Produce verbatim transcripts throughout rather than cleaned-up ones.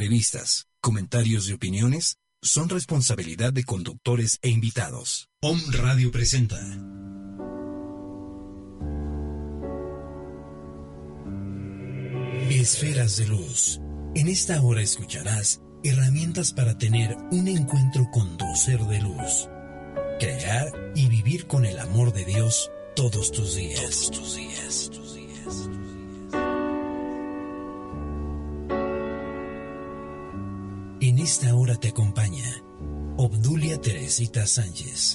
entrevistas, comentarios y opiniones son responsabilidad de conductores e invitados. Om Radio presenta Esferas de Luz. En esta hora escucharás herramientas para tener un encuentro con tu ser de luz. Crear y vivir con el amor de Dios todos tus días. Todos tus días, tus días. En esta hora te acompaña Obdulia Teresita Sánchez.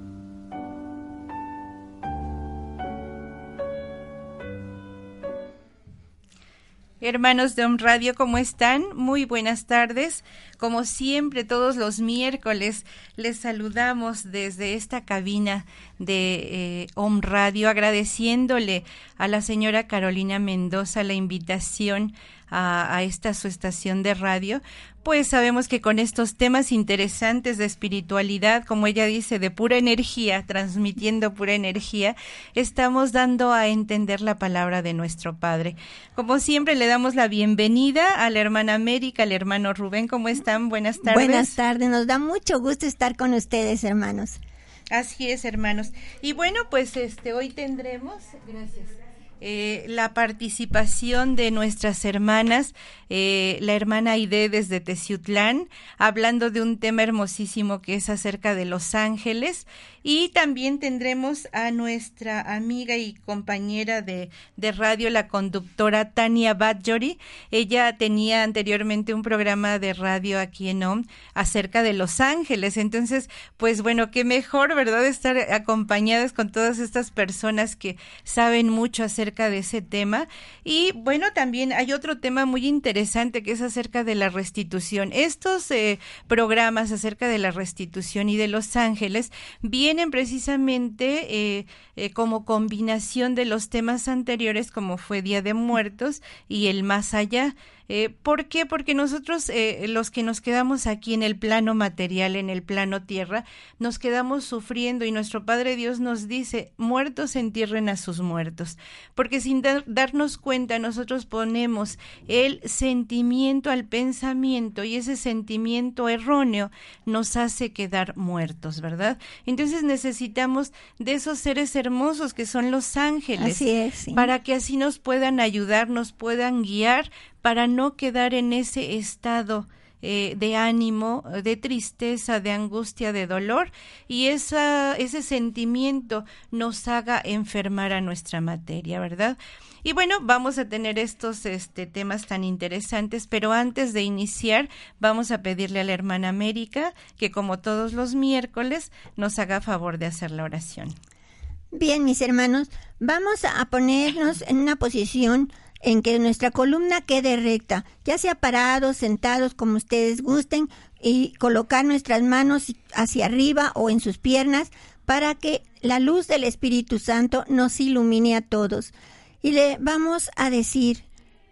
Hermanos de Om Radio, ¿cómo están? Muy buenas tardes. Como siempre, todos los miércoles les saludamos desde esta cabina de eh, Om Radio, agradeciéndole a la señora Carolina Mendoza la invitación a, a esta su estación de radio. Pues sabemos que con estos temas interesantes de espiritualidad, como ella dice, de pura energía, transmitiendo pura energía, estamos dando a entender la palabra de nuestro Padre. Como siempre, le damos la bienvenida a la hermana América, al hermano Rubén. ¿Cómo están? Buenas tardes. Buenas tardes, nos da mucho gusto estar con ustedes, hermanos. Así es, hermanos. Y bueno, pues este hoy tendremos, gracias, Eh, la participación de nuestras hermanas, eh, la hermana Aide desde Teciutlán, hablando de un tema hermosísimo que es acerca de los ángeles, y también tendremos a nuestra amiga y compañera de, de radio, la conductora Tania Badjory. Ella tenía anteriormente un programa de radio aquí en O M acerca de los ángeles, entonces, pues bueno, qué mejor, ¿verdad?, estar acompañadas con todas estas personas que saben mucho acerca de ese tema. Y bueno, también hay otro tema muy interesante que es acerca de la restitución. Estos eh, programas acerca de la restitución y de los ángeles vienen precisamente eh, eh, como combinación de los temas anteriores, como fue Día de Muertos y el más allá. Eh, ¿Por qué? Porque nosotros, eh, los que nos quedamos aquí en el plano material, en el plano tierra, nos quedamos sufriendo, y nuestro Padre Dios nos dice, muertos entierren a sus muertos, porque sin dar, darnos cuenta nosotros ponemos el sentimiento al pensamiento, y ese sentimiento erróneo nos hace quedar muertos, ¿verdad? Entonces necesitamos de esos seres hermosos que son los ángeles. Así es, sí. Para que así nos puedan ayudar, nos puedan guiar, para no quedar en ese estado eh, de ánimo, de tristeza, de angustia, de dolor, y esa, ese sentimiento nos haga enfermar a nuestra materia, ¿verdad? Y bueno, vamos a tener estos este, temas tan interesantes, pero antes de iniciar, vamos a pedirle a la hermana América que, como todos los miércoles, nos haga favor de hacer la oración. Bien, mis hermanos, vamos a ponernos en una posición en que nuestra columna quede recta, ya sea parados, sentados, como ustedes gusten, y colocar nuestras manos hacia arriba o en sus piernas para que la luz del Espíritu Santo nos ilumine a todos. Y le vamos a decir: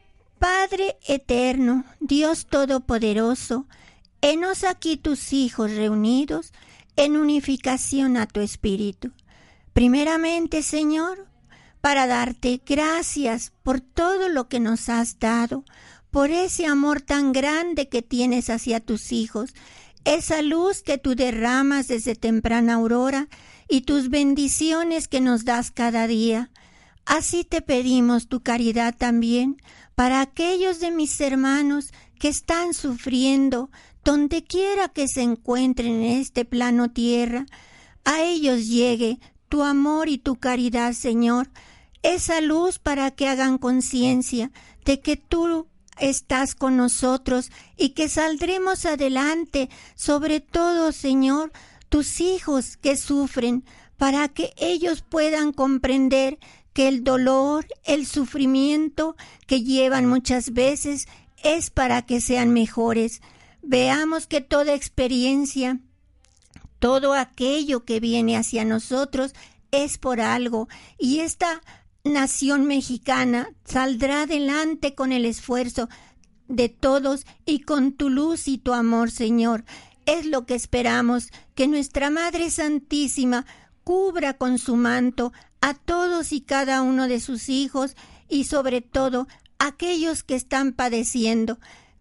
Padre eterno, Dios todopoderoso, henos aquí tus hijos reunidos en unificación a tu Espíritu. Primeramente, Señor, para darte gracias por todo lo que nos has dado, por ese amor tan grande que tienes hacia tus hijos, esa luz que tú derramas desde temprana aurora y tus bendiciones que nos das cada día. Así te pedimos tu caridad también para aquellos de mis hermanos que están sufriendo, donde quiera que se encuentren en este plano tierra. A ellos llegue tu amor y tu caridad, Señor, esa luz para que hagan conciencia de que tú estás con nosotros y que saldremos adelante, sobre todo, Señor, tus hijos que sufren, para que ellos puedan comprender que el dolor, el sufrimiento que llevan muchas veces es para que sean mejores. Veamos que toda experiencia, todo aquello que viene hacia nosotros es por algo, y esta nación mexicana saldrá adelante con el esfuerzo de todos y con tu luz y tu amor, Señor. Es lo que esperamos, que nuestra Madre Santísima cubra con su manto a todos y cada uno de sus hijos, y sobre todo aquellos que están padeciendo.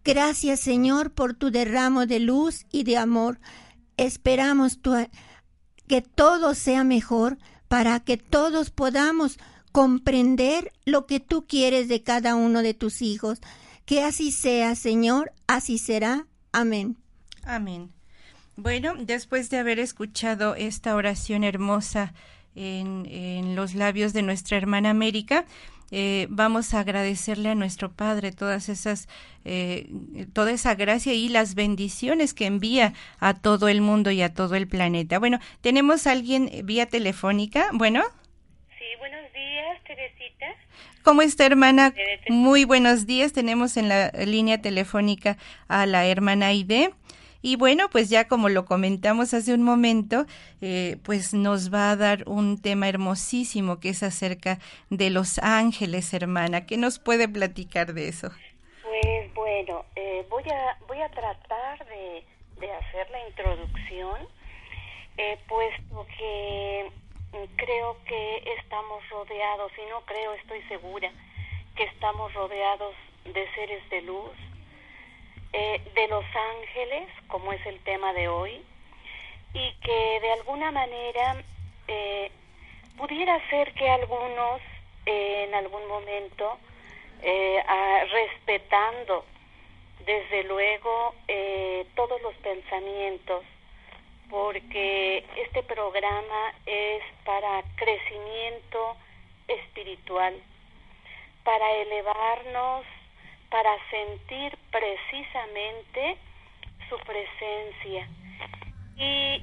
Gracias, Señor, por tu derramo de luz y de amor. Esperamos tu, que todo sea mejor para que todos podamos comprender lo que tú quieres de cada uno de tus hijos. Que así sea, Señor, así será. Amén. Amén. Bueno, después de haber escuchado esta oración hermosa en, en los labios de nuestra hermana América, eh, vamos a agradecerle a nuestro Padre todas esas, eh, toda esa gracia y las bendiciones que envía a todo el mundo y a todo el planeta. Bueno, tenemos a alguien vía telefónica. Bueno. Sí, buenos días, Teresita. ¿Cómo está, hermana? Muy buenos días. Tenemos en la línea telefónica a la hermana Aide. Y bueno, pues ya como lo comentamos hace un momento, eh, pues nos va a dar un tema hermosísimo que es acerca de los ángeles, hermana. ¿Qué nos puede platicar de eso? Pues bueno, eh, voy a voy a tratar de, de hacer la introducción, eh, puesto que creo que estamos rodeados, y no creo, estoy segura, que estamos rodeados de seres de luz, eh, de los ángeles, como es el tema de hoy, y que de alguna manera eh, pudiera ser que algunos eh, en algún momento, eh, a, respetando desde luego eh, todos los pensamientos, porque este programa es para crecimiento espiritual, para elevarnos, para sentir precisamente su presencia y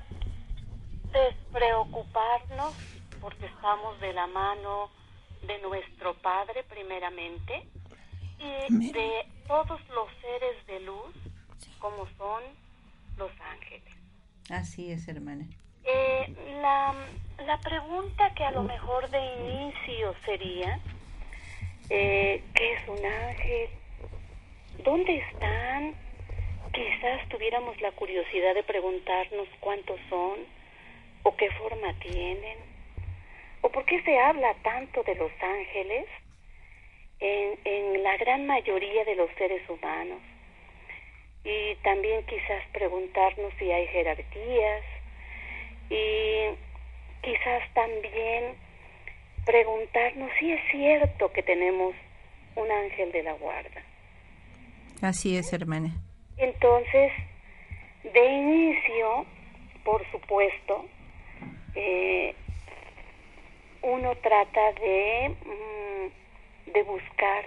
despreocuparnos, porque estamos de la mano de nuestro Padre primeramente y de todos los seres de luz como son los ángeles. Así es, hermana. Eh, la, la pregunta que a lo mejor de inicio sería, eh, ¿qué es un ángel? ¿Dónde están? Quizás tuviéramos la curiosidad de preguntarnos cuántos son, o qué forma tienen, o por qué se habla tanto de los ángeles en, en la gran mayoría de los seres humanos. Y también quizás preguntarnos si hay jerarquías y quizás también preguntarnos si es cierto que tenemos un ángel de la guarda. Así es, hermana. Entonces, de inicio, por supuesto, eh, uno trata de, mm, de buscar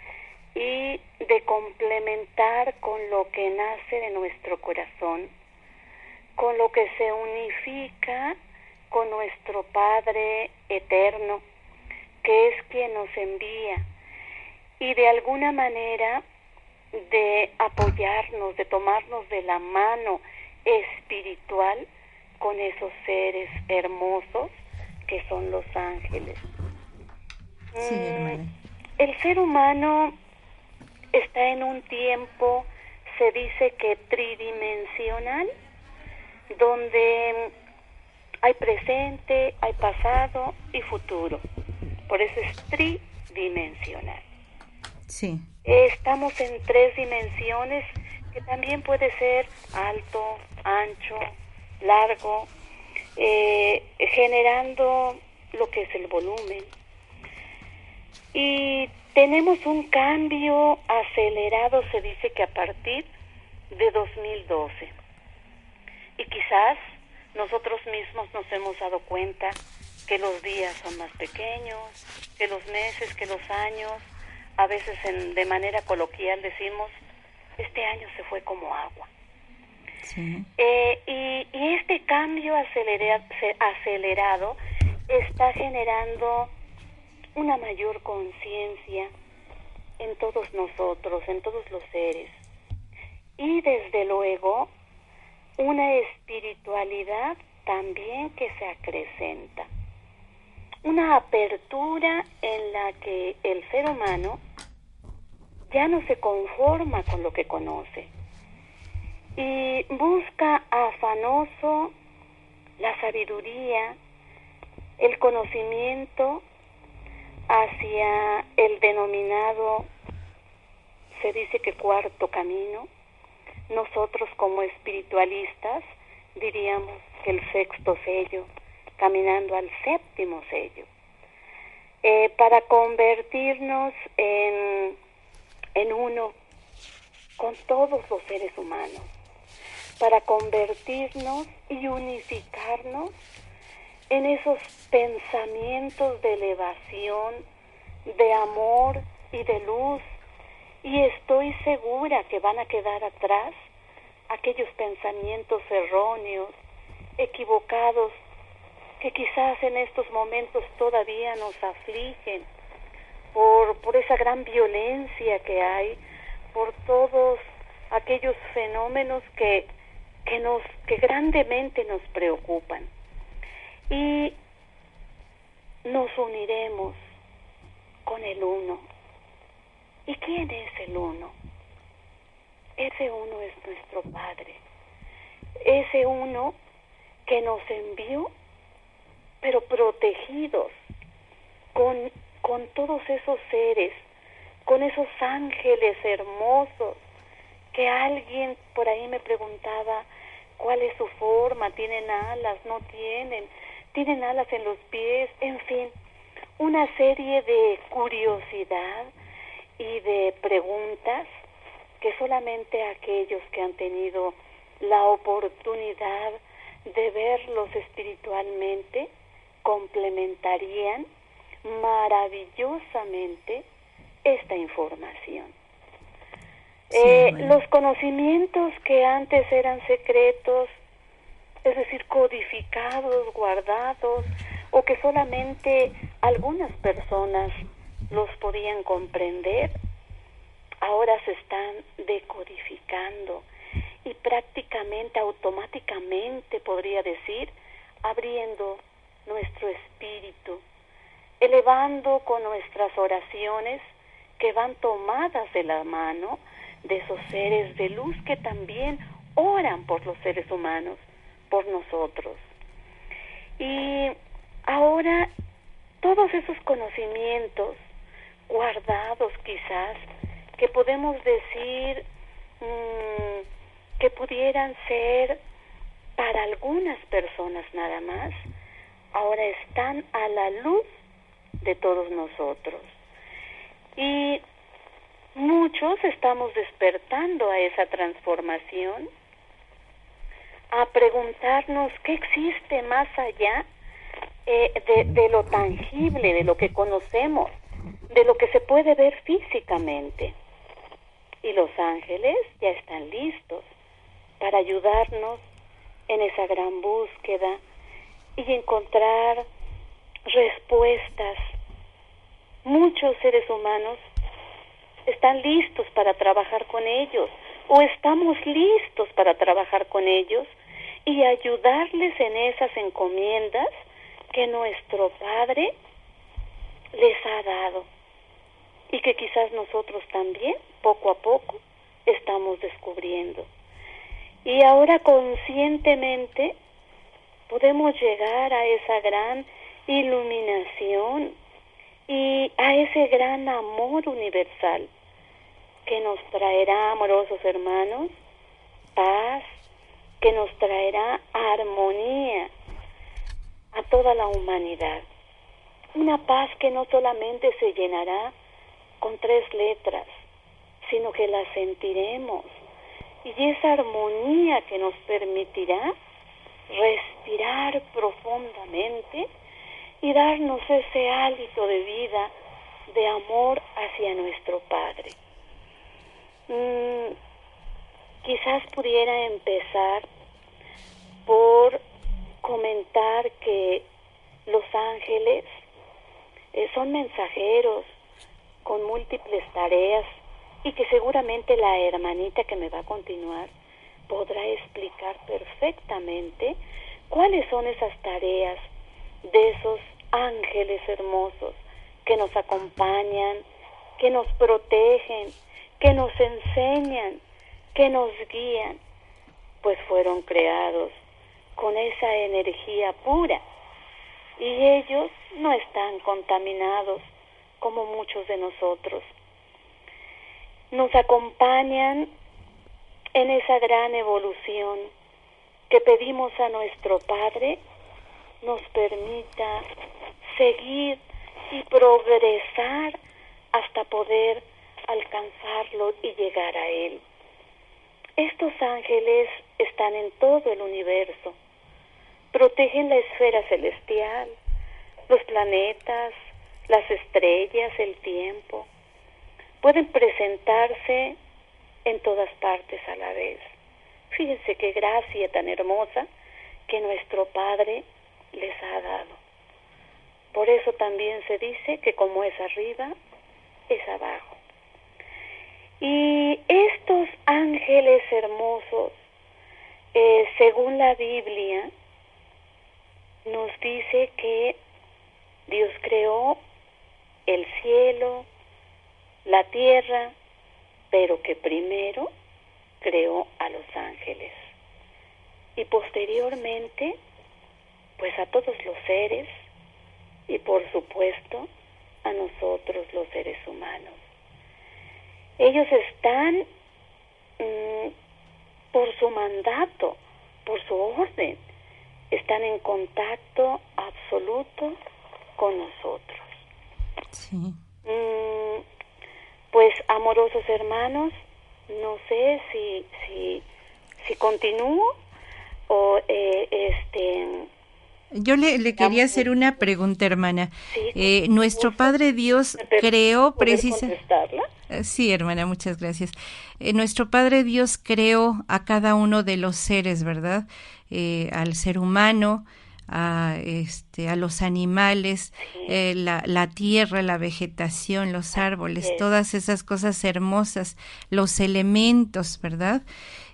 y de complementar con lo que nace de nuestro corazón, con lo que se unifica con nuestro Padre eterno, que es quien nos envía, y de alguna manera de apoyarnos, de tomarnos de la mano espiritual con esos seres hermosos que son los ángeles. Sí, hermana. El ser humano está en un tiempo, se dice que tridimensional, donde hay presente, hay pasado y futuro. Por eso es tridimensional. Sí. Estamos en tres dimensiones, que también puede ser alto, ancho, largo, eh, generando lo que es el volumen. Y tenemos un cambio acelerado, se dice que a partir de dos mil doce. Y quizás nosotros mismos nos hemos dado cuenta que los días son más pequeños, que los meses, que los años, a veces en, de manera coloquial decimos, este año se fue como agua. Sí. Eh, y, y este cambio acelera, acelerado está generando una mayor conciencia en todos nosotros, en todos los seres, y desde luego una espiritualidad también que se acrecenta, una apertura en la que el ser humano ya no se conforma con lo que conoce y busca afanoso la sabiduría, el conocimiento hacia el denominado se dice que cuarto camino. Nosotros como espiritualistas diríamos que el sexto sello, caminando al séptimo sello, eh, para convertirnos en, en uno con todos los seres humanos, para convertirnos y unificarnos en esos pensamientos de elevación, de amor y de luz. Y estoy segura que van a quedar atrás aquellos pensamientos erróneos, equivocados, que quizás en estos momentos todavía nos afligen por, por esa gran violencia que hay, por todos aquellos fenómenos que, que, nos, que grandemente nos preocupan. Y nos uniremos con el uno. ¿Y quién es el uno? Ese uno es nuestro Padre. Ese uno que nos envió, pero protegidos con, con todos esos seres, con esos ángeles hermosos, que alguien por ahí me preguntaba cuál es su forma, tienen alas, no tienen, tienen alas en los pies, en fin, una serie de curiosidad y de preguntas que solamente aquellos que han tenido la oportunidad de verlos espiritualmente complementarían maravillosamente esta información. Sí, eh, bueno. Los conocimientos que antes eran secretos, es decir, codificados, guardados, o que solamente algunas personas los podían comprender, ahora se están decodificando y prácticamente, automáticamente, podría decir, abriendo nuestro espíritu, elevando con nuestras oraciones que van tomadas de la mano de esos seres de luz que también oran por los seres humanos, por nosotros. Y ahora todos esos conocimientos guardados quizás, que podemos decir mmm, que pudieran ser para algunas personas nada más, ahora están a la luz de todos nosotros. Y muchos estamos despertando a esa transformación, a preguntarnos qué existe más allá eh, de, de lo tangible, de lo que conocemos, de lo que se puede ver físicamente. Y los ángeles ya están listos para ayudarnos en esa gran búsqueda y encontrar respuestas. Muchos seres humanos están listos para trabajar con ellos, o estamos listos para trabajar con ellos y ayudarles en esas encomiendas que nuestro Padre les ha dado y que quizás nosotros también poco a poco estamos descubriendo. Y ahora conscientemente podemos llegar a esa gran iluminación y a ese gran amor universal que nos traerá, amorosos hermanos, paz, que nos traerá armonía a toda la humanidad. Una paz que no solamente se llenará con tres letras, sino que la sentiremos. Y esa armonía que nos permitirá respirar profundamente y darnos ese hálito de vida, de amor hacia nuestro Padre. Mm, quizás pudiera empezar por comentar que los ángeles eh, son mensajeros con múltiples tareas y que seguramente la hermanita que me va a continuar podrá explicar perfectamente cuáles son esas tareas de esos ángeles hermosos que nos acompañan, que nos protegen, que nos enseñan, que nos guían, pues fueron creados con esa energía pura y ellos no están contaminados como muchos de nosotros. nos acompañan en esa gran evolución que pedimos a nuestro Padre nos permita seguir y progresar hasta poder alcanzarlo y llegar a Él. Estos ángeles están en todo el universo, protegen la esfera celestial, los planetas, las estrellas, el tiempo. Pueden presentarse en todas partes a la vez. Fíjense qué gracia tan hermosa que nuestro Padre les ha dado. Por eso también se dice que como es arriba, es abajo. Y estos ángeles hermosos, eh, según la Biblia, nos dice que Dios creó el cielo, la tierra, pero que primero creó a los ángeles. Y posteriormente, pues a todos los seres, y por supuesto, a nosotros los seres humanos. Ellos están mmm, por su mandato, por su orden, están en contacto absoluto con nosotros. Sí. Mm, pues, amorosos hermanos, no sé si si si continúo o eh, este. Yo le, le quería hacer una pregunta, hermana. Sí, eh, nuestro Padre Dios creó precisamente. ¿Contestarla? Sí, hermana, muchas gracias. Eh, nuestro Padre Dios creó a cada uno de los seres, ¿verdad? Eh, al ser humano, a este, a los animales, sí. eh, la, la tierra, la vegetación, los árboles, sí. Todas esas cosas hermosas, los elementos, ¿verdad?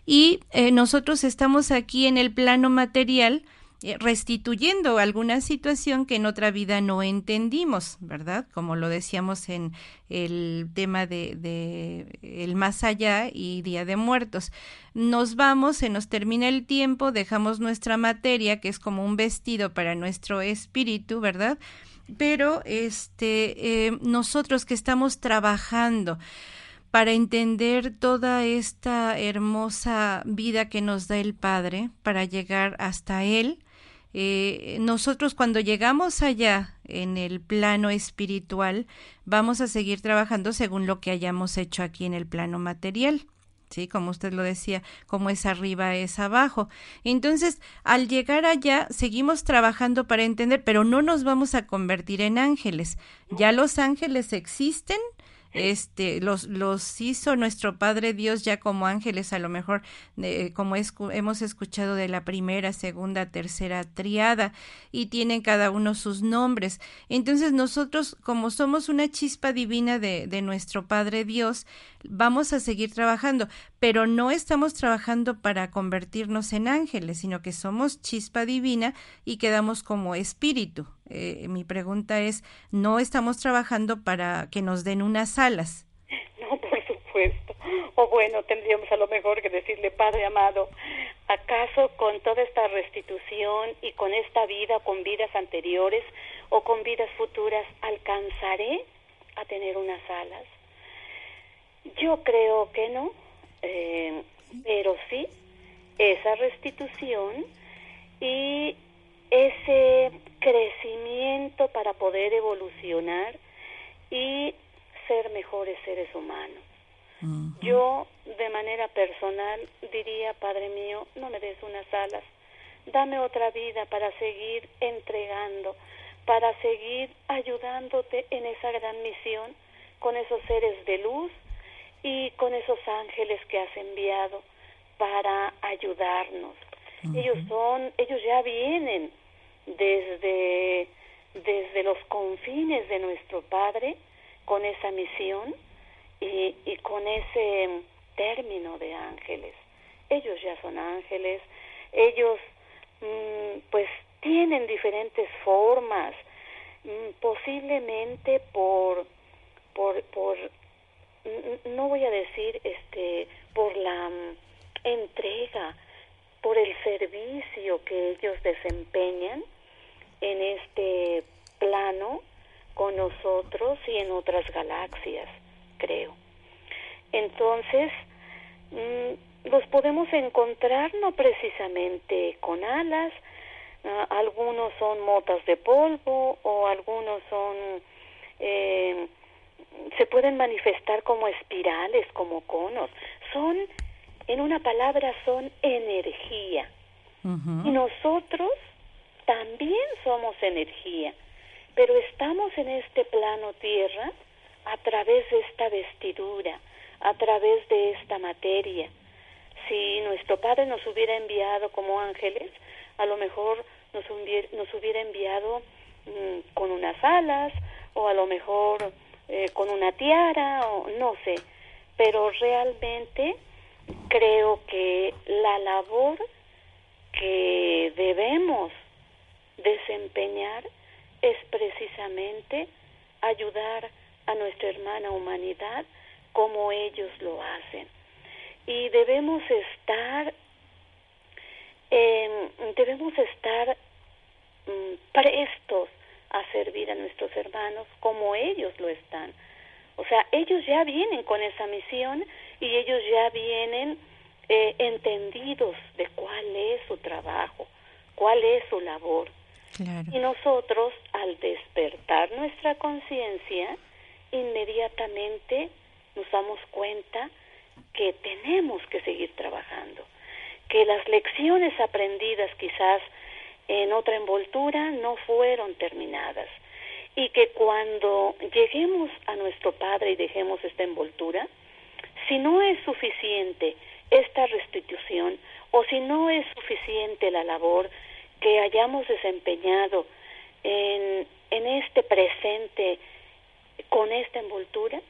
Y eh, nosotros estamos aquí en el plano material, restituyendo alguna situación que en otra vida no entendimos, ¿verdad? Como lo decíamos en el tema de, de el más allá y Día de Muertos. Nos vamos, se nos termina el tiempo, dejamos nuestra materia, que es como un vestido para nuestro espíritu, ¿verdad? Pero este eh, nosotros que estamos trabajando para entender toda esta hermosa vida que nos da el Padre, para llegar hasta Él, Eh, nosotros cuando llegamos allá en el plano espiritual vamos a seguir trabajando según lo que hayamos hecho aquí en el plano material, sí, como usted lo decía, como es arriba es abajo. Entonces, al llegar allá seguimos trabajando para entender, pero no nos vamos a convertir en ángeles. Ya los ángeles existen. Este, los, los hizo nuestro Padre Dios ya como ángeles, a lo mejor eh, como es, hemos escuchado de la primera, segunda, tercera triada, y tienen cada uno sus nombres. Entonces nosotros, como somos una chispa divina de, de nuestro Padre Dios, vamos a seguir trabajando, pero no estamos trabajando para convertirnos en ángeles, sino que somos chispa divina y quedamos como espíritu. Eh, mi pregunta es, ¿no estamos trabajando para que nos den unas alas? No, por supuesto. O bueno, tendríamos a lo mejor que decirle, Padre amado, ¿acaso con toda esta restitución y con esta vida, con vidas anteriores o con vidas futuras, alcanzaré a tener unas alas? Yo creo que no, eh, pero sí, esa restitución y ese crecimiento para poder evolucionar y ser mejores seres humanos. Uh-huh. Yo, de manera personal, diría, Padre mío, no me des unas alas, dame otra vida para seguir entregando, para seguir ayudándote en esa gran misión con esos seres de luz y con esos ángeles que has enviado para ayudarnos. Uh-huh. Ellos son, ellos ya vienen desde, desde los confines de nuestro Padre con esa misión y, y con ese término de ángeles. Ellos ya son ángeles, ellos mmm, pues tienen diferentes formas, mmm, posiblemente por, por, por, no voy a decir este, por la um, entrega, por el servicio que ellos desempeñan en este plano con nosotros y en otras galaxias, creo. Entonces, mmm, los podemos encontrar no precisamente con alas, uh, algunos son motas de polvo o algunos son, eh, se pueden manifestar como espirales, como conos. Son, en una palabra, son energía. Uh-huh. Y nosotros también somos energía, pero estamos en este plano tierra a través de esta vestidura, a través de esta materia. Si nuestro Padre nos hubiera enviado como ángeles, a lo mejor nos, hubiera, nos hubiera enviado mmm, con unas alas, o a lo mejor eh, con una tiara, o no sé, pero realmente creo que la labor que debemos desempeñar es precisamente ayudar a nuestra hermana humanidad como ellos lo hacen. Y debemos estar, eh, debemos estar mm, prestos a servir a nuestros hermanos como ellos lo están. O sea, ellos ya vienen con esa misión y ellos ya vienen eh, entendidos de cuál es su trabajo, cuál es su labor. Claro. Y nosotros, al despertar nuestra conciencia, inmediatamente nos damos cuenta que tenemos que seguir trabajando, que las lecciones aprendidas quizás en otra envoltura no fueron terminadas, y que cuando lleguemos a nuestro Padre y dejemos esta envoltura, si no es suficiente esta restitución, o si no es suficiente la labor que hayamos desempeñado en, en este presente con esta envoltura,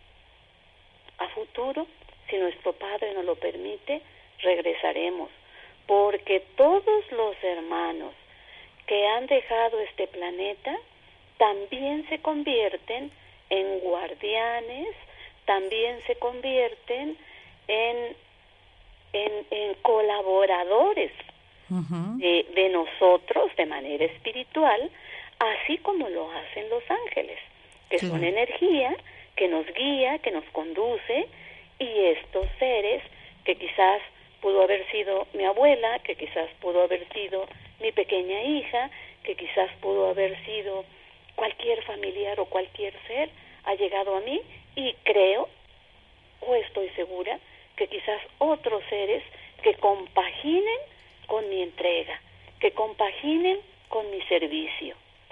a futuro, si nuestro Padre nos lo permite, regresaremos, porque todos los hermanos que han dejado este planeta también se convierten en guardianes, también se convierten en, en, en colaboradores uh-huh. de, de nosotros de manera espiritual, así como lo hacen los ángeles, que sí. son energía que nos guía, que nos conduce, y estos seres que quizás pudo haber sido mi abuela, que quizás pudo haber sido mi pequeña hija, que quizás pudo haber sido cualquier familiar o cualquier ser, ha llegado a mí, y creo, o estoy segura, que quizás otros seres que compaginen con mi entrega, que compaginen con mi servicio.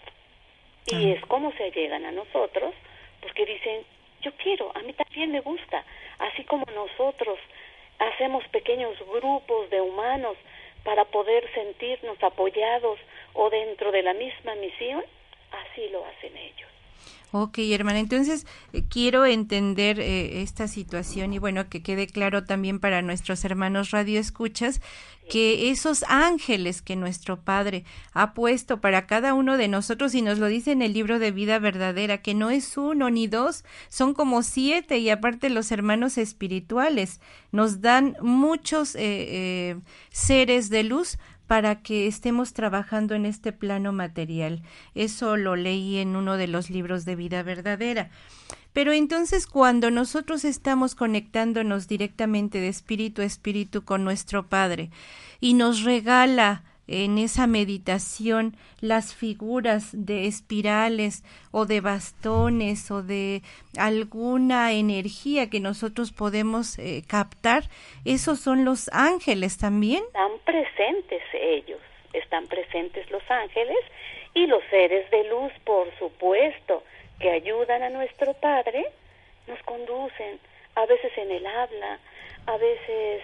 Y uh-huh. es como se llegan a nosotros, porque dicen, yo quiero, a mí también me gusta, así como nosotros hacemos pequeños grupos de humanos para poder sentirnos apoyados o dentro de la misma misión, así lo hacen ellos. Ok, hermana, entonces eh, quiero entender eh, esta situación y bueno, que quede claro también para nuestros hermanos radioescuchas que esos ángeles que nuestro Padre ha puesto para cada uno de nosotros, y nos lo dice en el libro de Vida Verdadera, que no es uno ni dos, son como siete, y aparte los hermanos espirituales nos dan muchos eh, eh, seres de luz para que estemos trabajando en este plano material. Eso lo leí en uno de los libros de Vida Verdadera. Pero entonces cuando nosotros estamos conectándonos directamente de espíritu a espíritu con nuestro Padre y nos regala en esa meditación las figuras de espirales o de bastones o de alguna energía que nosotros podemos eh, captar, esos son los ángeles también. Están presentes ellos, están presentes los ángeles y los seres de luz, por supuesto, que ayudan a nuestro Padre, nos conducen, a veces en el habla, a veces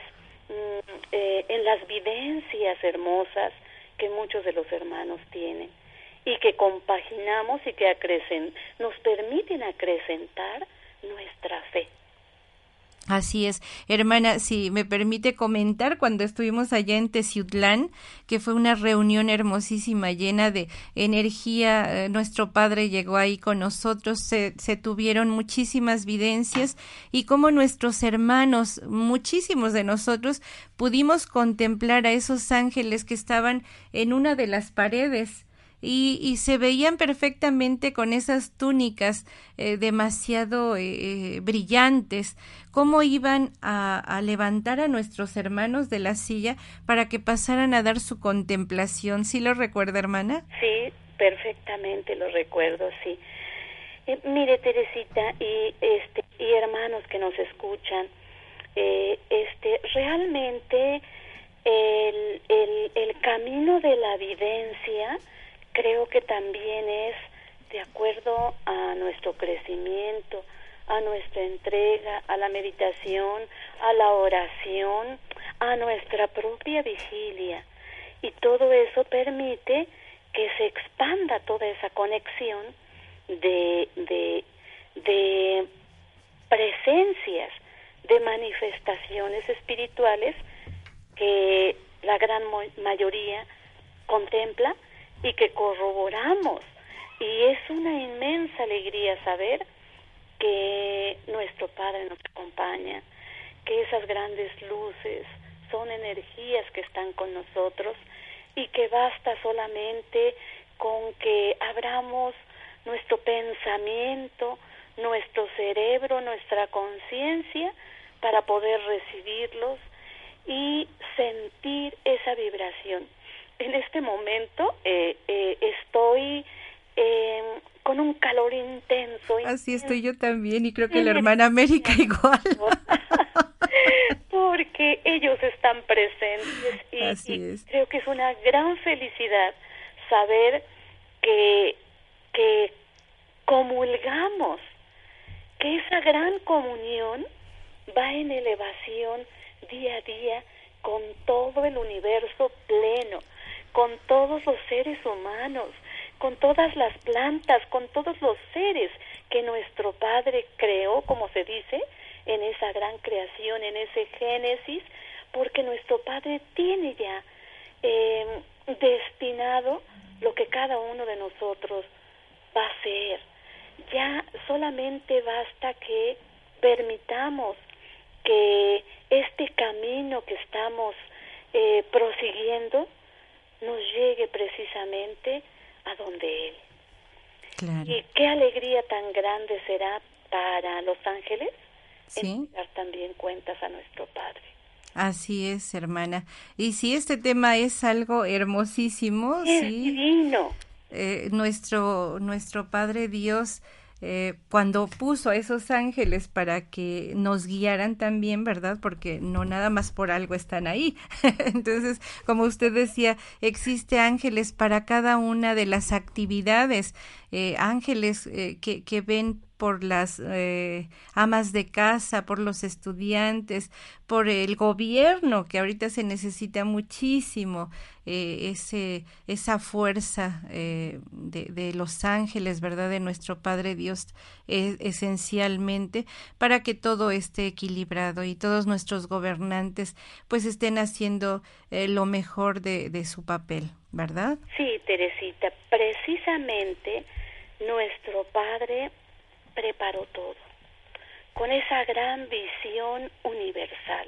Eh, en las vivencias hermosas que muchos de los hermanos tienen y que compaginamos y que acrecen, nos permiten acrecentar nuestra fe. Así es, hermana, si me permite comentar, cuando estuvimos allá en Teciutlán, que fue una reunión hermosísima, llena de energía, eh, nuestro Padre llegó ahí con nosotros, se, se tuvieron muchísimas vivencias y como nuestros hermanos, muchísimos de nosotros, pudimos contemplar a esos ángeles que estaban en una de las paredes. y, y se veían perfectamente con esas túnicas eh, demasiado eh, brillantes, cómo iban a, a levantar a nuestros hermanos de la silla para que pasaran a dar su contemplación. ¿Sí lo recuerda, hermana? Sí, perfectamente lo recuerdo, sí. Eh, mire, Teresita y este y hermanos que nos escuchan, eh, este realmente el, el, el camino de la videncia creo que también es de acuerdo a nuestro crecimiento, a nuestra entrega, a la meditación, a la oración, a nuestra propia vigilia. Y todo eso permite que se expanda toda esa conexión de, de, de presencias, de manifestaciones espirituales que la gran mayoría contempla y que corroboramos. Y es una inmensa alegría saber que nuestro Padre nos acompaña, que esas grandes luces son energías que están con nosotros y que basta solamente con que abramos nuestro pensamiento, nuestro cerebro, nuestra conciencia para poder recibirlos y sentir esa vibración. En este momento eh, eh, estoy eh, con un calor intenso. Así estoy yo también y creo que la hermana América igual. Porque ellos están presentes y, Así y es. creo que es una gran felicidad saber que, que comulgamos, que esa gran comunión va en elevación día a día con todo el universo pleno, con todos los seres humanos, con todas las plantas, con todos los seres que nuestro Padre creó, como se dice, en esa gran creación, en ese Génesis, porque nuestro Padre tiene ya eh, destinado lo que cada uno de nosotros va a ser. Ya solamente basta que permitamos que este camino que estamos eh, prosiguiendo nos llegue precisamente a donde Él. Claro. Y qué alegría tan grande será para los ángeles, sí, dar también cuentas a nuestro Padre. Así es, hermana. Y sí, este tema es algo hermosísimo, Es sí. divino. Eh, nuestro nuestro Padre Dios, eh, cuando puso a esos ángeles para que nos guiaran también, ¿verdad? Porque no nada más por algo están ahí. Entonces, como usted decía, existe ángeles para cada una de las actividades, eh, ángeles eh, que, que ven por las eh, amas de casa, por los estudiantes, por el gobierno, que ahorita se necesita muchísimo eh, ese esa fuerza eh, de, de los ángeles, ¿verdad? De nuestro Padre Dios, eh, esencialmente, para que todo esté equilibrado y todos nuestros gobernantes pues estén haciendo eh, lo mejor de, de su papel, ¿verdad? Sí, Teresita, precisamente nuestro Padre preparó todo, con esa gran visión universal.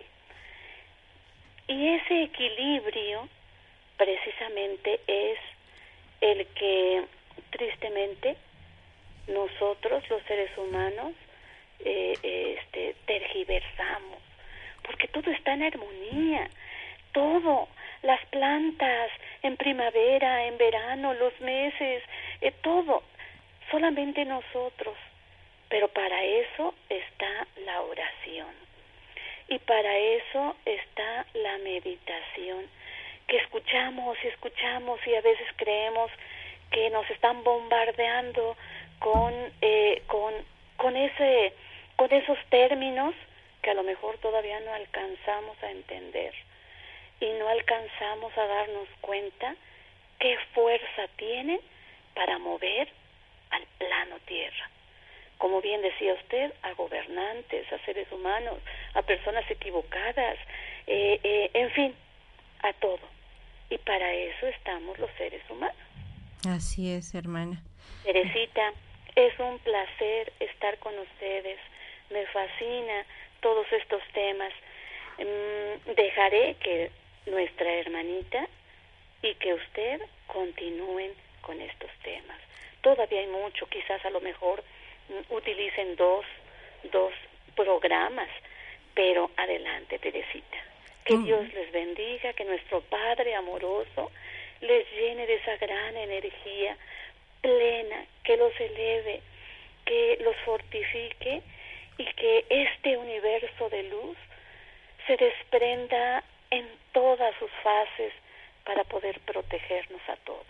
Y ese equilibrio precisamente es el que tristemente nosotros, los seres humanos, eh, este, tergiversamos, porque todo está en armonía, todo, las plantas, en primavera, en verano, los meses, eh, todo, solamente nosotros. Pero para eso está la oración y para eso está la meditación, que escuchamos y escuchamos y a veces creemos que nos están bombardeando con eh, con con ese con esos términos que a lo mejor todavía no alcanzamos a entender y no alcanzamos a darnos cuenta qué fuerza tienen para mover al plano tierra. Como bien decía usted, a gobernantes, a seres humanos, a personas equivocadas, eh, eh, en fin, a todo. Y para eso estamos los seres humanos. Así es, hermana. Teresita, es un placer estar con ustedes. Me fascina todos estos temas. Mm, dejaré que nuestra hermanita y que usted continúen con estos temas. Todavía hay mucho, quizás a lo mejor mm, utilicen dos, dos programas, pero adelante, Teresita. Que mm. Dios les bendiga, que nuestro Padre amoroso les llene de esa gran energía plena, que los eleve, que los fortifique y que este universo de luz se desprenda en todas sus fases para poder protegernos a todos.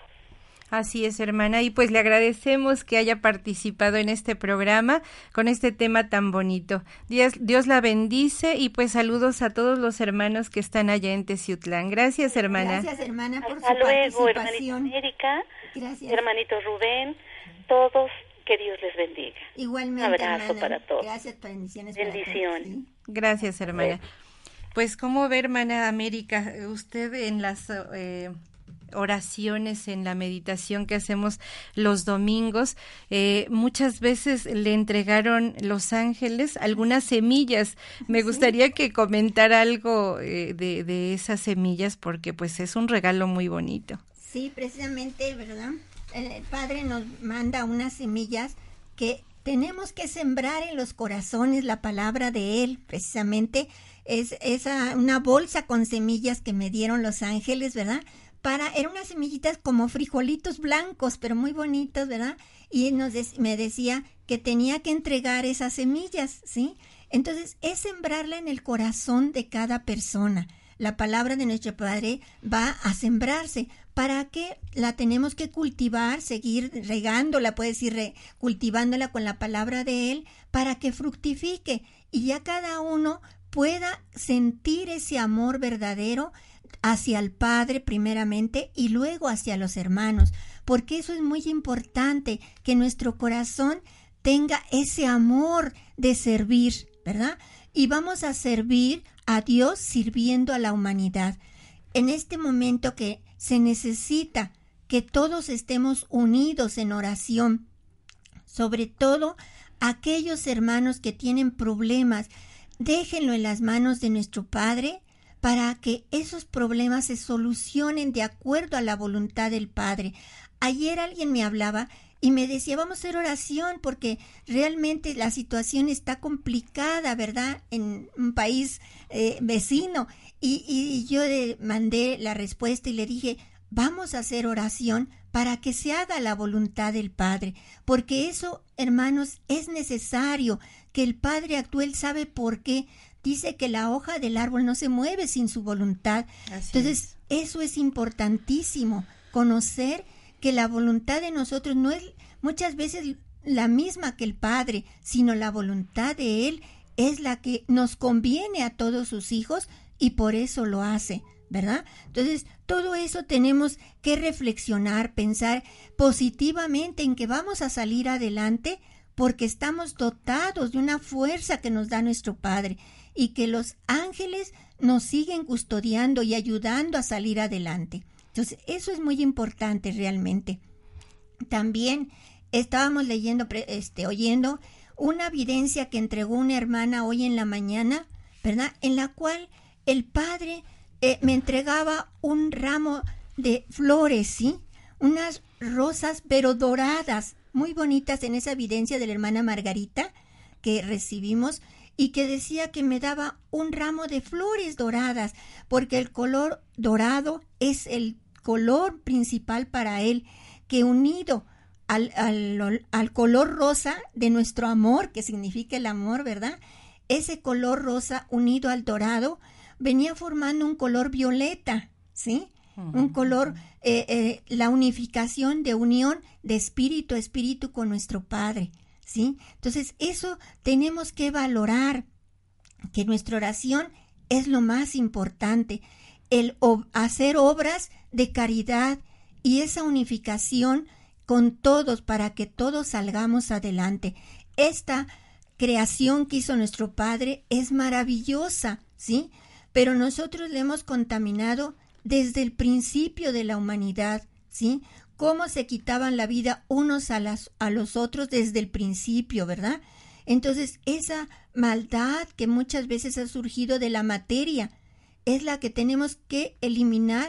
Así es, hermana, y pues le agradecemos que haya participado en este programa con este tema tan bonito. Dios, Dios la bendice y pues saludos a todos los hermanos que están allá en Teciutlán. Gracias, hermana. Gracias, hermana, por Hasta su luego, participación. Hermanita América, Gracias. hermanito Rubén, todos, que Dios les bendiga. Igualmente, un abrazo hermana. para todos. Gracias, bendiciones. Bendiciones. Para todos, ¿sí? Gracias, hermana. Pues, ¿cómo ve, hermana América, usted en las eh, oraciones, en la meditación que hacemos los domingos, eh, muchas veces le entregaron los ángeles algunas semillas? Me ¿Sí? gustaría que comentara algo eh, de, de esas semillas, porque pues es un regalo muy bonito. Sí, precisamente, ¿verdad? El Padre nos manda unas semillas que tenemos que sembrar en los corazones la palabra de Él, precisamente. Es esa una bolsa con semillas que me dieron los ángeles, ¿verdad? Para, eran unas semillitas como frijolitos blancos, pero muy bonitos, ¿verdad? Y nos de, me decía que tenía que entregar esas semillas, ¿sí? Entonces, es sembrarla en el corazón de cada persona. La palabra de nuestro Padre va a sembrarse. ¿Para qué? La tenemos que cultivar, seguir regándola, puedes ir re, cultivándola con la palabra de Él, para que fructifique y ya cada uno pueda sentir ese amor verdadero hacia el Padre primeramente y luego hacia los hermanos, porque eso es muy importante, que nuestro corazón tenga ese amor de servir, ¿verdad? Y vamos a servir a Dios sirviendo a la humanidad. En este momento que se necesita que todos estemos unidos en oración, sobre todo aquellos hermanos que tienen problemas, déjenlo en las manos de nuestro Padre para que esos problemas se solucionen de acuerdo a la voluntad del Padre. Ayer alguien me hablaba y me decía, vamos a hacer oración porque realmente la situación está complicada, ¿verdad? En un país eh, vecino. Y, y yo le mandé la respuesta y le dije, vamos a hacer oración para que se haga la voluntad del Padre, porque eso, hermanos, es necesario que el Padre actúe. Él sabe por qué. Dice que la hoja del árbol no se mueve sin su voluntad. Así Entonces, es. Eso es importantísimo, conocer que la voluntad de nosotros no es muchas veces la misma que el Padre, sino la voluntad de Él es la que nos conviene a todos sus hijos y por eso lo hace, ¿verdad? Entonces, todo eso tenemos que reflexionar, pensar positivamente en que vamos a salir adelante porque estamos dotados de una fuerza que nos da nuestro Padre y que los ángeles nos siguen custodiando y ayudando a salir adelante. Entonces, eso es muy importante realmente. También estábamos leyendo, este, oyendo una evidencia que entregó una hermana hoy en la mañana, ¿verdad? En la cual el Padre eh, me entregaba un ramo de flores, ¿sí? Unas rosas, pero doradas, muy bonitas, en esa evidencia de la hermana Margarita que recibimos, y que decía que me daba un ramo de flores doradas, porque el color dorado es el color principal para él, que unido al, al, al color rosa de nuestro amor, que significa el amor, ¿verdad? Ese color rosa unido al dorado venía formando un color violeta, ¿sí? Uh-huh. Un color, eh, eh, la unificación de unión de espíritu a espíritu con nuestro Padre, ¿sí? Entonces, eso tenemos que valorar, que nuestra oración es lo más importante, el ob- hacer obras de caridad y esa unificación con todos para que todos salgamos adelante. Esta creación que hizo nuestro Padre es maravillosa, ¿sí? Pero nosotros le hemos contaminado desde el principio de la humanidad, ¿sí? Cómo se quitaban la vida unos a, las, a los otros desde el principio, ¿verdad? Entonces, esa maldad que muchas veces ha surgido de la materia es la que tenemos que eliminar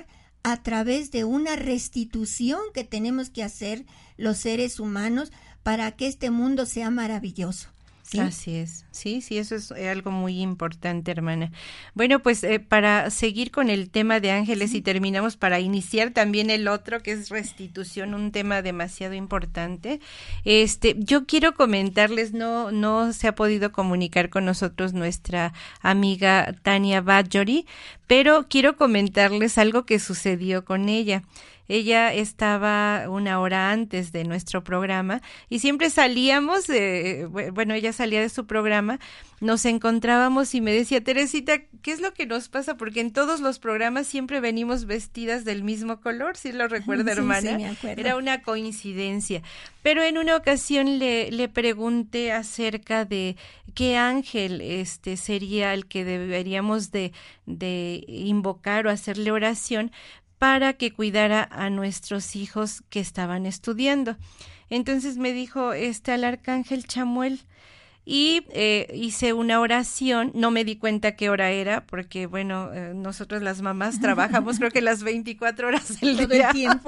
a través de una restitución que tenemos que hacer los seres humanos para que este mundo sea maravilloso. ¿Sí? Así es, sí, sí, eso es algo muy importante, hermana. Bueno, pues eh, para seguir con el tema de ángeles sí. y terminamos para iniciar también el otro que es restitución, un tema demasiado importante. Este, yo quiero comentarles, no, no se ha podido comunicar con nosotros nuestra amiga Tania Badjory, pero quiero comentarles algo que sucedió con ella. Ella estaba una hora antes de nuestro programa y siempre salíamos, eh, bueno, ella salía de su programa, nos encontrábamos y me decía, Teresita, ¿qué es lo que nos pasa? Porque en todos los programas siempre venimos vestidas del mismo color, ¿sí lo recuerda, sí, hermana? Sí, me acuerdo. Era una coincidencia. Pero en una ocasión le, le pregunté acerca de qué ángel este sería el que deberíamos de, de invocar o hacerle oración para que cuidara a nuestros hijos que estaban estudiando. Entonces me dijo, este, al arcángel Chamuel, y eh, hice una oración, no me di cuenta qué hora era, porque bueno, eh, nosotros las mamás trabajamos creo que las veinticuatro horas del Todo día. el tiempo.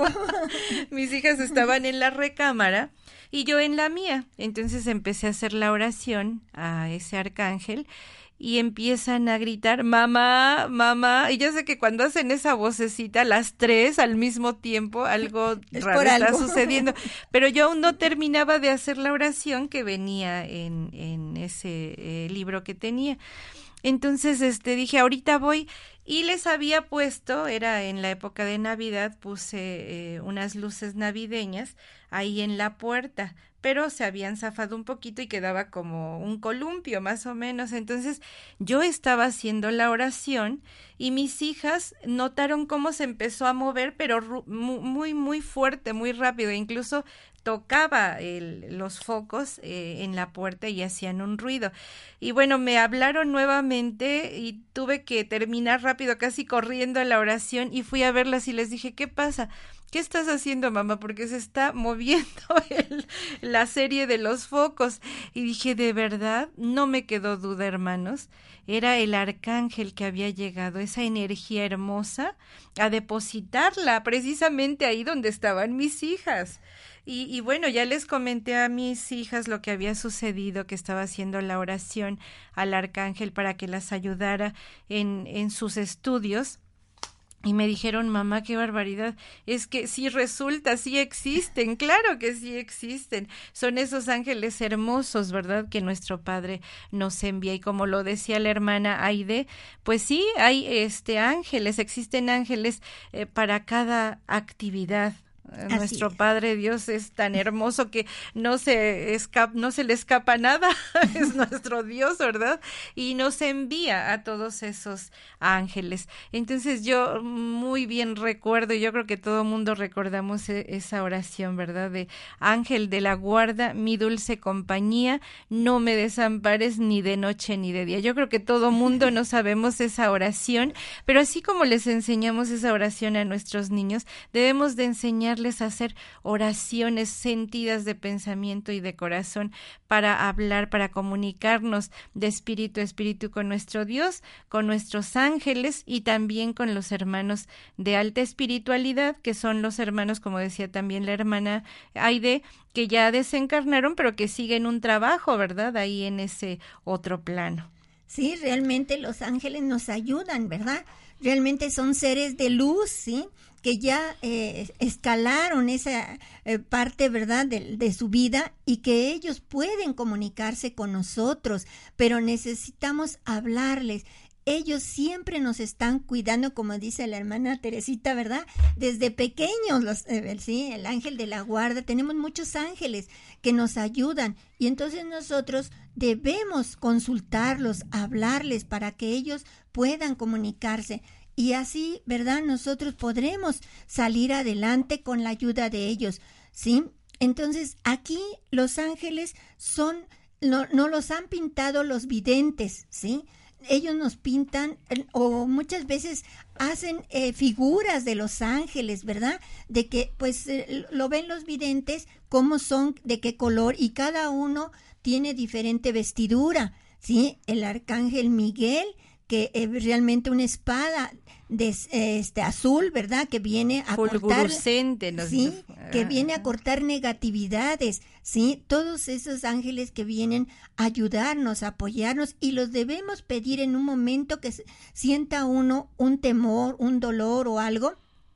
Mis hijas estaban en la recámara y yo en la mía. Entonces empecé a hacer la oración a ese arcángel, y empiezan a gritar, mamá, mamá, y yo sé que cuando hacen esa vocecita, las tres al mismo tiempo, algo es raro por está algo. sucediendo, pero yo aún no terminaba de hacer la oración que venía en, en ese eh, libro que tenía. Entonces, este, dije, ahorita voy, y les había puesto, era en la época de Navidad, puse eh, unas luces navideñas ahí en la puerta, pero se habían zafado un poquito y quedaba como un columpio más o menos. Entonces yo estaba haciendo la oración y mis hijas notaron cómo se empezó a mover, pero ru- muy, muy fuerte, muy rápido, incluso tocaba el, los focos eh, en la puerta y hacían un ruido. Y bueno, me hablaron nuevamente y tuve que terminar rápido, casi corriendo la oración, y fui a verlas y les dije, ¿qué pasa? ¿Qué estás haciendo, mamá? Porque se está moviendo el, la serie de los focos. Y dije, de verdad, no me quedó duda, hermanos. Era el arcángel que había llegado, esa energía hermosa, a depositarla precisamente ahí donde estaban mis hijas. Y, y bueno, ya les comenté a mis hijas lo que había sucedido, que estaba haciendo la oración al arcángel para que las ayudara en, en sus estudios. Y me dijeron, mamá, qué barbaridad, es que sí resulta, sí existen, claro que sí existen, son esos ángeles hermosos, ¿verdad?, que nuestro Padre nos envía. Y como lo decía la hermana Aide, pues sí, hay este ángeles, existen ángeles eh, para cada actividad. Así Nuestro es. Padre Dios es tan hermoso que no se escapa, no se le escapa nada, es nuestro Dios, ¿verdad? Y nos envía a todos esos ángeles. Entonces yo muy bien recuerdo, y yo creo que todo mundo recordamos esa oración, ¿verdad? De ángel de la guarda, mi dulce compañía, no me desampares ni de noche ni de día. Yo creo que todo mundo no sabemos esa oración, pero así como les enseñamos esa oración a nuestros niños, debemos de enseñar a hacer oraciones sentidas de pensamiento y de corazón para hablar, para comunicarnos de espíritu a espíritu con nuestro Dios, con nuestros ángeles y también con los hermanos de alta espiritualidad, que son los hermanos, como decía también la hermana Aide, que ya desencarnaron, pero que siguen un trabajo, ¿verdad?, ahí en ese otro plano. Sí, realmente los ángeles nos ayudan, ¿verdad? Realmente son seres de luz, ¿sí?, que ya eh, escalaron esa eh, parte, ¿verdad?, de, de su vida, y que ellos pueden comunicarse con nosotros, pero necesitamos hablarles. Ellos siempre nos están cuidando, como dice la hermana Teresita, ¿verdad? Desde pequeños, los, eh, sí, el ángel de la guarda, tenemos muchos ángeles que nos ayudan, y entonces nosotros debemos consultarlos, hablarles para que ellos puedan comunicarse. Y así, ¿verdad?, nosotros podremos salir adelante con la ayuda de ellos, ¿sí? Entonces, aquí los ángeles son, no, no los han pintado los videntes, ¿sí? Ellos nos pintan, o muchas veces hacen eh, figuras de los ángeles, ¿verdad? De que, pues, eh, lo ven los videntes, cómo son, de qué color, y cada uno tiene diferente vestidura, ¿sí? El arcángel Miguel que es realmente una espada de este azul, ¿verdad? Que viene a cortar, los... sí, que viene a cortar negatividades, sí, todos esos ángeles que vienen a ayudarnos, a apoyarnos, y los debemos pedir en un momento que sienta uno un temor, un dolor o algo,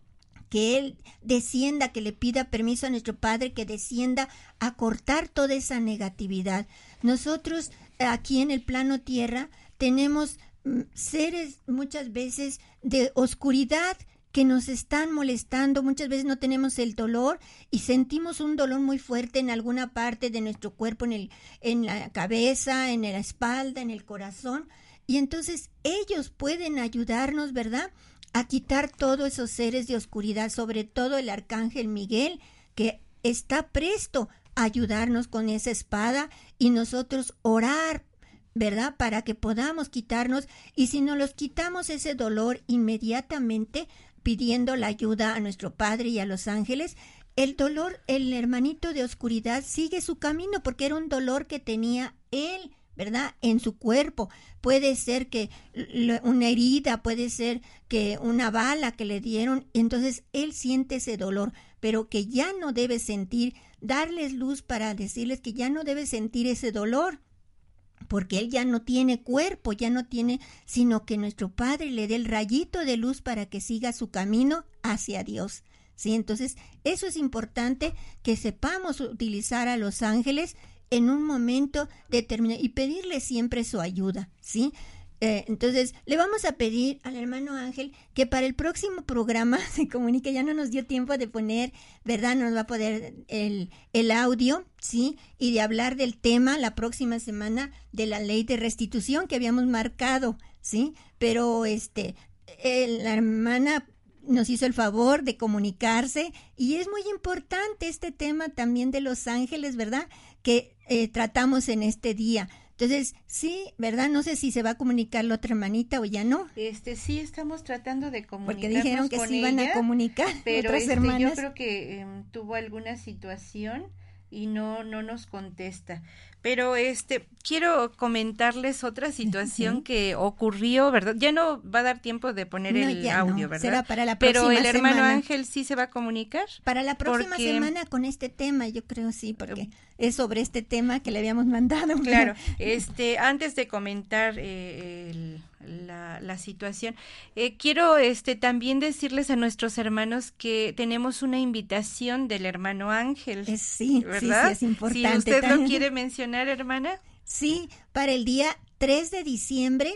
que Él descienda, que le pida permiso a nuestro Padre, que descienda a cortar toda esa negatividad. Nosotros aquí en el plano tierra tenemos seres muchas veces de oscuridad que nos están molestando, muchas veces no tenemos el dolor y sentimos un dolor muy fuerte en alguna parte de nuestro cuerpo, en el, en la cabeza, en la espalda, en el corazón, y entonces ellos pueden ayudarnos, ¿verdad?, a quitar todos esos seres de oscuridad, sobre todo el arcángel Miguel, que está presto a ayudarnos con esa espada y nosotros orar, ¿verdad?, para que podamos quitarnos, y si no los quitamos ese dolor inmediatamente, pidiendo la ayuda a nuestro Padre y a los ángeles, el dolor, el hermanito de oscuridad sigue su camino, porque era un dolor que tenía él, ¿verdad?, en su cuerpo. Puede ser que una herida, puede ser que una bala que le dieron, entonces él siente ese dolor, pero que ya no debe sentir, darles luz para decirles que ya no debe sentir ese dolor, porque él ya no tiene cuerpo, ya no tiene, sino que nuestro Padre le dé el rayito de luz para que siga su camino hacia Dios, ¿sí? Entonces, eso es importante, que sepamos utilizar a los ángeles en un momento determinado y pedirle siempre su ayuda, ¿sí? Eh, entonces, le vamos a pedir al hermano Ángel que para el próximo programa se comunique, ya no nos dio tiempo de poner, ¿verdad? No nos va a poder el, el audio, ¿sí? Y de hablar del tema la próxima semana de la ley de restitución que habíamos marcado, ¿sí? Pero este, el, la hermana nos hizo el favor de comunicarse y es muy importante este tema también de los ángeles, ¿verdad?, que eh, tratamos en este día. Entonces, sí, ¿verdad? No sé si se va a comunicar la otra hermanita o ya no. Este, sí, estamos tratando de comunicarnos porque dijeron que con sí iban ella, a comunicar pero otras este, hermanas. yo creo que eh, tuvo alguna situación y no no nos contesta. Pero este quiero comentarles otra situación sí. que ocurrió, ¿verdad? Ya no va a dar tiempo de poner no, el audio, no. ¿verdad? Será para la próxima Pero el hermano semana. Ángel sí se va a comunicar. Para la próxima porque... semana con este tema, yo creo sí, porque es sobre este tema que le habíamos mandado. Claro, este antes de comentar eh, el La, la situación. Eh, quiero este también decirles a nuestros hermanos que tenemos una invitación del hermano Ángel. Es, sí, ¿verdad? Sí, sí, es importante. Si usted también. lo quiere mencionar, hermana. Sí, para el día tres de diciembre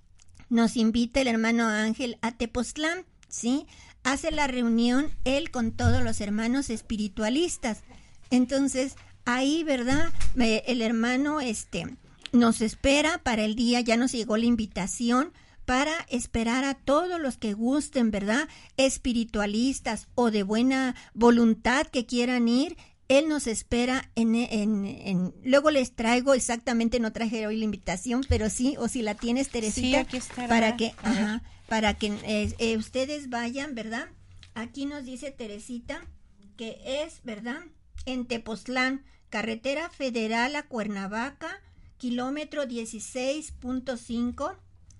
nos invita el hermano Ángel a Tepoztlán, ¿sí? Hace la reunión él con todos los hermanos espiritualistas. Entonces, ahí, ¿verdad? El hermano, este... nos espera para el día, ya nos llegó la invitación para esperar a todos los que gusten, ¿verdad? Espiritualistas o de buena voluntad que quieran ir. Él nos espera en, en, en luego les traigo exactamente, no traje hoy la invitación, pero sí, o si la tienes, Teresita, sí, aquí estará. para que, ajá, para que eh, eh, ustedes vayan, ¿verdad? Aquí nos dice Teresita que es, ¿verdad? En Tepoztlán, carretera federal a Cuernavaca, kilómetro dieciséis punto cinco,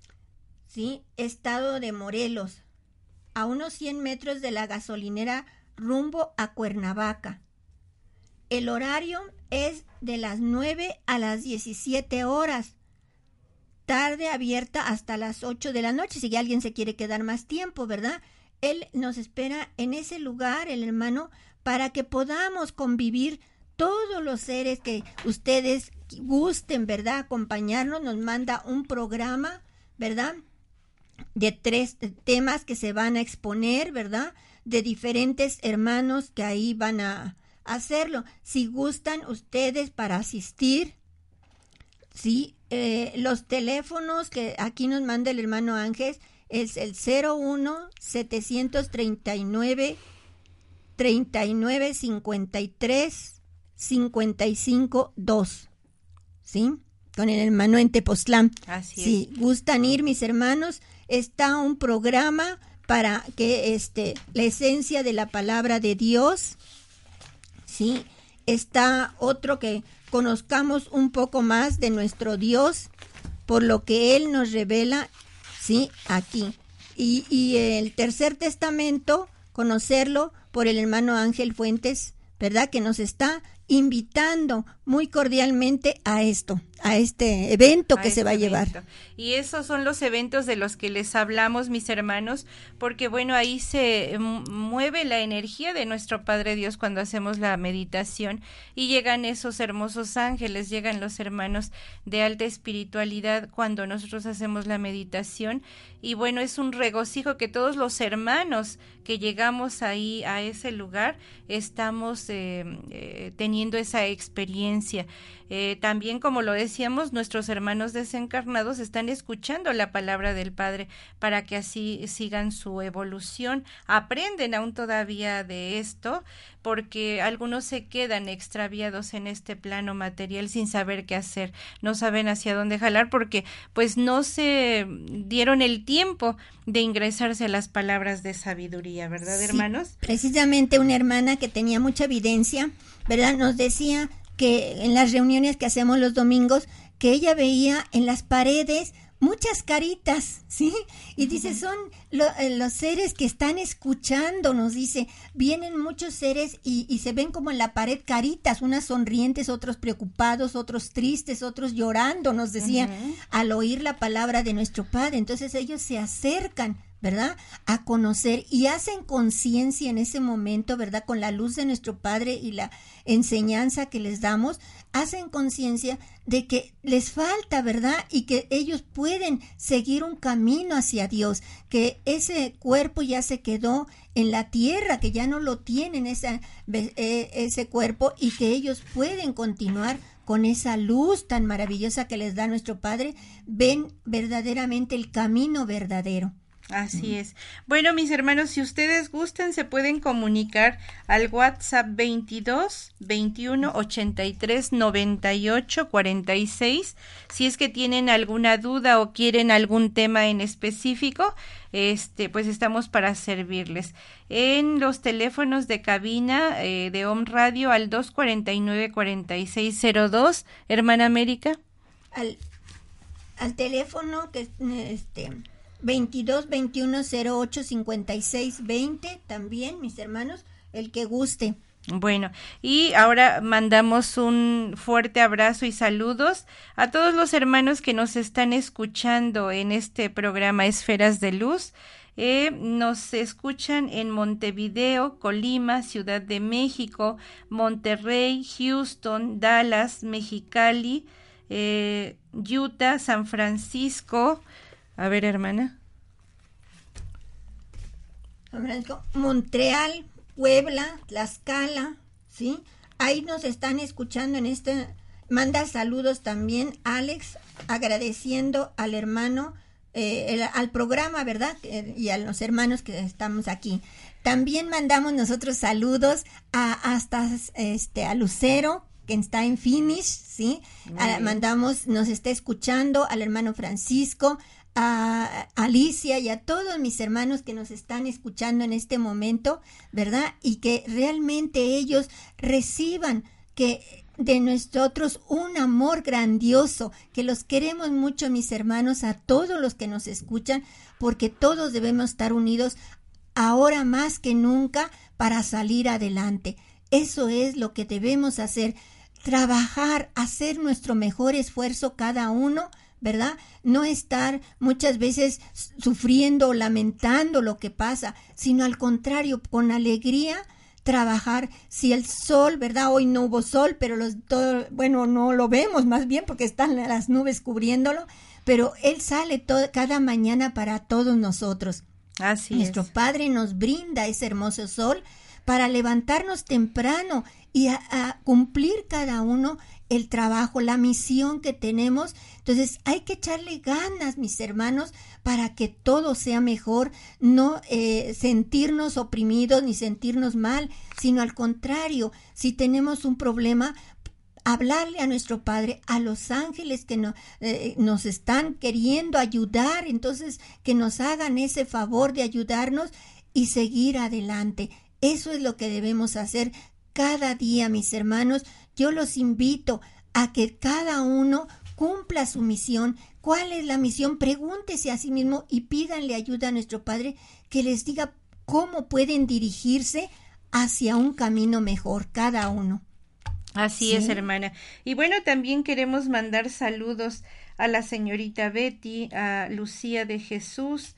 ¿sí? Estado de Morelos, a unos cien metros de la gasolinera rumbo a Cuernavaca. El horario es de las nueve a las diecisiete horas, tarde abierta hasta las ocho de la noche, si alguien se quiere quedar más tiempo, ¿verdad? Él nos espera en ese lugar, el hermano, para que podamos convivir todos los seres que ustedes gusten, ¿verdad? Acompañarnos, nos manda un programa, ¿verdad? De tres temas que se van a exponer, ¿verdad? De diferentes hermanos que ahí van a hacerlo. Si gustan ustedes para asistir, sí, eh, los teléfonos que aquí nos manda el hermano Ángel es el cero uno setecientos treinta y nueve treinta y nueve cincuenta y tres cincuenta y cinco dos, ¿sí? Con el hermano en Tepoztlán. Así si es. Gustan ir, mis hermanos, está un programa para que este la esencia de la palabra de Dios, ¿sí? Está otro que conozcamos un poco más de nuestro Dios, por lo que Él nos revela ¿sí? Aquí. Y, y el tercer testamento, conocerlo por el hermano Ángel Fuentes, ¿verdad? Que nos está invitando muy cordialmente a esto, a este evento que se va a llevar. Y esos son los eventos de los que les hablamos, mis hermanos, porque bueno, ahí se mueve la energía de nuestro Padre Dios cuando hacemos la meditación y llegan esos hermosos ángeles, llegan los hermanos de alta espiritualidad cuando nosotros hacemos la meditación y bueno, es un regocijo que todos los hermanos que llegamos ahí a ese lugar estamos eh, eh, teniendo esa experiencia. Eh, también, como lo decíamos, nuestros hermanos desencarnados están escuchando la palabra del Padre para que así sigan su evolución, aprenden aún todavía de esto, porque algunos se quedan extraviados en este plano material sin saber qué hacer, no saben hacia dónde jalar porque pues no se dieron el tiempo de ingresarse a las palabras de sabiduría, ¿verdad, sí, hermanos? Precisamente una hermana que tenía mucha evidencia, ¿verdad? Nos decía que en las reuniones que hacemos los domingos, que ella veía en las paredes muchas caritas, ¿sí? Y dice, son lo, eh, los seres que están escuchando, nos dice, vienen muchos seres y, y se ven como en la pared caritas, unas sonrientes, otros preocupados, otros tristes, otros llorando, nos decía, uh-huh. al oír la palabra de nuestro Padre. Entonces ellos se acercan, ¿verdad? A conocer y hacen conciencia en ese momento, ¿verdad? Con la luz de nuestro Padre y la enseñanza que les damos, hacen conciencia de que les falta, ¿verdad? Y que ellos pueden seguir un camino hacia Dios, que ese cuerpo ya se quedó en la tierra, que ya no lo tienen esa, ese cuerpo y que ellos pueden continuar con esa luz tan maravillosa que les da nuestro Padre, ven verdaderamente el camino verdadero. Así es. Bueno, mis hermanos, si ustedes gustan, se pueden comunicar al WhatsApp veintidós, veintiuno, ochenta y tres, noventa y ocho, cuarenta y seis. Si es que tienen alguna duda o quieren algún tema en específico, este, pues estamos para servirles. En los teléfonos de cabina eh, de Om Radio al dos cuarenta y nueve, cuarenta y seis cero dos, hermana América. Al, al teléfono que este veintidós, veintiuno, cero ocho, cincuenta y seis, veinte, también, mis hermanos, el que guste. Bueno, y ahora mandamos un fuerte abrazo y saludos a todos los hermanos que nos están escuchando en este programa Esferas de Luz. Eh, nos escuchan en Montevideo, Colima, Ciudad de México, Monterrey, Houston, Dallas, Mexicali, eh, Utah, San Francisco. A ver, hermana. Montreal, Puebla, Tlaxcala, ¿sí? Ahí nos están escuchando en este. Manda saludos también, Alex, agradeciendo al hermano, eh, el, al programa, ¿verdad? Y a los hermanos que estamos aquí. También mandamos nosotros saludos a hasta este a Lucero, que está en Phoenix, ¿sí? A, mandamos, nos está escuchando al hermano Francisco, a Alicia y a todos mis hermanos que nos están escuchando en este momento, ¿verdad? Y que realmente ellos reciban que de nosotros un amor grandioso, que los queremos mucho, mis hermanos, a todos los que nos escuchan, porque todos debemos estar unidos ahora más que nunca para salir adelante. Eso es lo que debemos hacer, trabajar, hacer nuestro mejor esfuerzo cada uno, ¿verdad? No estar muchas veces sufriendo o lamentando lo que pasa, sino al contrario, con alegría trabajar. Si el sol, ¿verdad? Hoy no hubo sol, pero los todo, bueno, no lo vemos más bien porque están las nubes cubriéndolo, pero él sale todo, cada mañana para todos nosotros. Así Nuestro es. Padre nos brinda ese hermoso sol para levantarnos temprano y a, a cumplir cada uno el trabajo, la misión que tenemos. Entonces hay que echarle ganas, mis hermanos, para que todo sea mejor, no eh, sentirnos oprimidos ni sentirnos mal, sino al contrario, si tenemos un problema, hablarle a nuestro Padre, a los ángeles que no, eh, nos están queriendo ayudar, entonces que nos hagan ese favor de ayudarnos y seguir adelante. Eso es lo que debemos hacer cada día, mis hermanos. Yo los invito a que cada uno cumpla su misión. ¿Cuál es la misión? Pregúntese a sí mismo y pídanle ayuda a nuestro Padre que les diga cómo pueden dirigirse hacia un camino mejor cada uno. Así ¿Sí? es, hermana. Y bueno, también queremos mandar saludos a la señorita Betty, a Lucía de Jesús,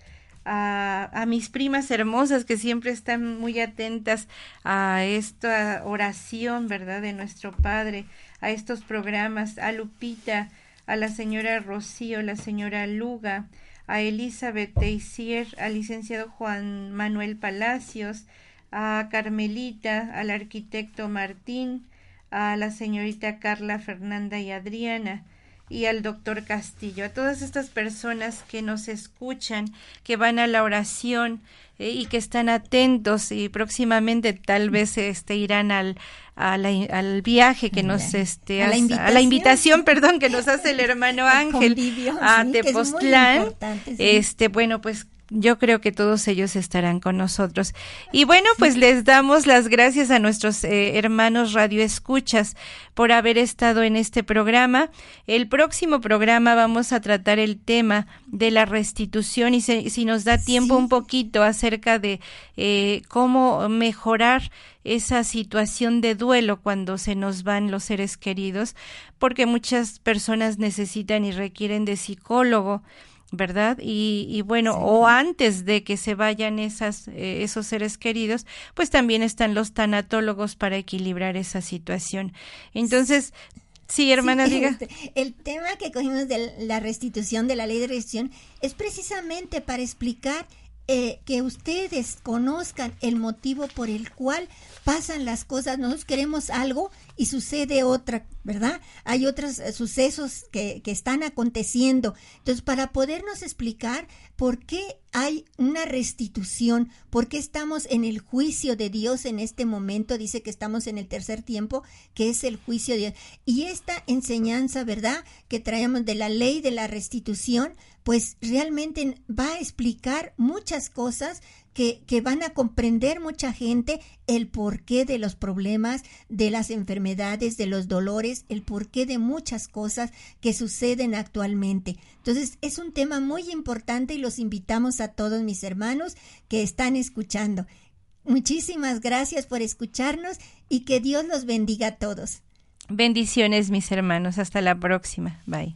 a, a mis primas hermosas que siempre están muy atentas a esta oración, ¿verdad?, de nuestro Padre, a estos programas, a Lupita, a la señora Rocío, la señora Luga, a Elizabeth Teisier, al licenciado Juan Manuel Palacios, a Carmelita, al arquitecto Martín, a la señorita Carla Fernanda y Adriana, y al doctor Castillo, a todas estas personas que nos escuchan, que van a la oración eh, y que están atentos, y próximamente tal vez este irán al a la, al viaje que nos este a la, hace, a la invitación, perdón, que nos hace el hermano Ángel convivio, a sí, Tepoztlán. Sí. Este, bueno, pues yo creo que todos ellos estarán con nosotros. Y bueno, pues les damos las gracias a nuestros eh, hermanos radioescuchas por haber estado en este programa. El próximo programa vamos a tratar el tema de la restitución y se, si nos da tiempo sí. un poquito acerca de eh, cómo mejorar esa situación de duelo cuando se nos van los seres queridos, porque muchas personas necesitan y requieren de psicólogo, ¿verdad? Y, y bueno, sí. o antes de que se vayan esas, eh, esos seres queridos, pues también están los tanatólogos para equilibrar esa situación. Entonces, sí, hermana, sí, diga. Este, el tema que cogimos de la restitución, de la ley de restitución, es precisamente para explicar eh, que ustedes conozcan el motivo por el cual pasan las cosas. Nosotros queremos algo y sucede otra, ¿verdad? Hay otros eh, sucesos que, que están aconteciendo. Entonces, para podernos explicar por qué hay una restitución, por qué estamos en el juicio de Dios en este momento, dice que estamos en el tercer tiempo, que es el juicio de Dios. Y esta enseñanza, ¿verdad?, que traemos de la ley de la restitución, pues realmente va a explicar muchas cosas que, que van a comprender mucha gente, el porqué de los problemas, de las enfermedades, de los dolores, el porqué de muchas cosas que suceden actualmente. Entonces, es un tema muy importante y los invitamos a todos mis hermanos que están escuchando. Muchísimas gracias por escucharnos y que Dios los bendiga a todos. Bendiciones, mis hermanos. Hasta la próxima. Bye.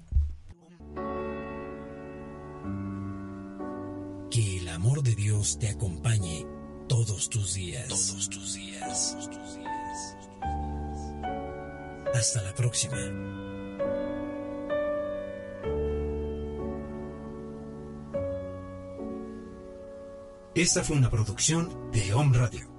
Que el amor de Dios te acompañe todos tus días. Todos tus días. Todos tus días. Hasta la próxima. Esta fue una producción de Om Radio.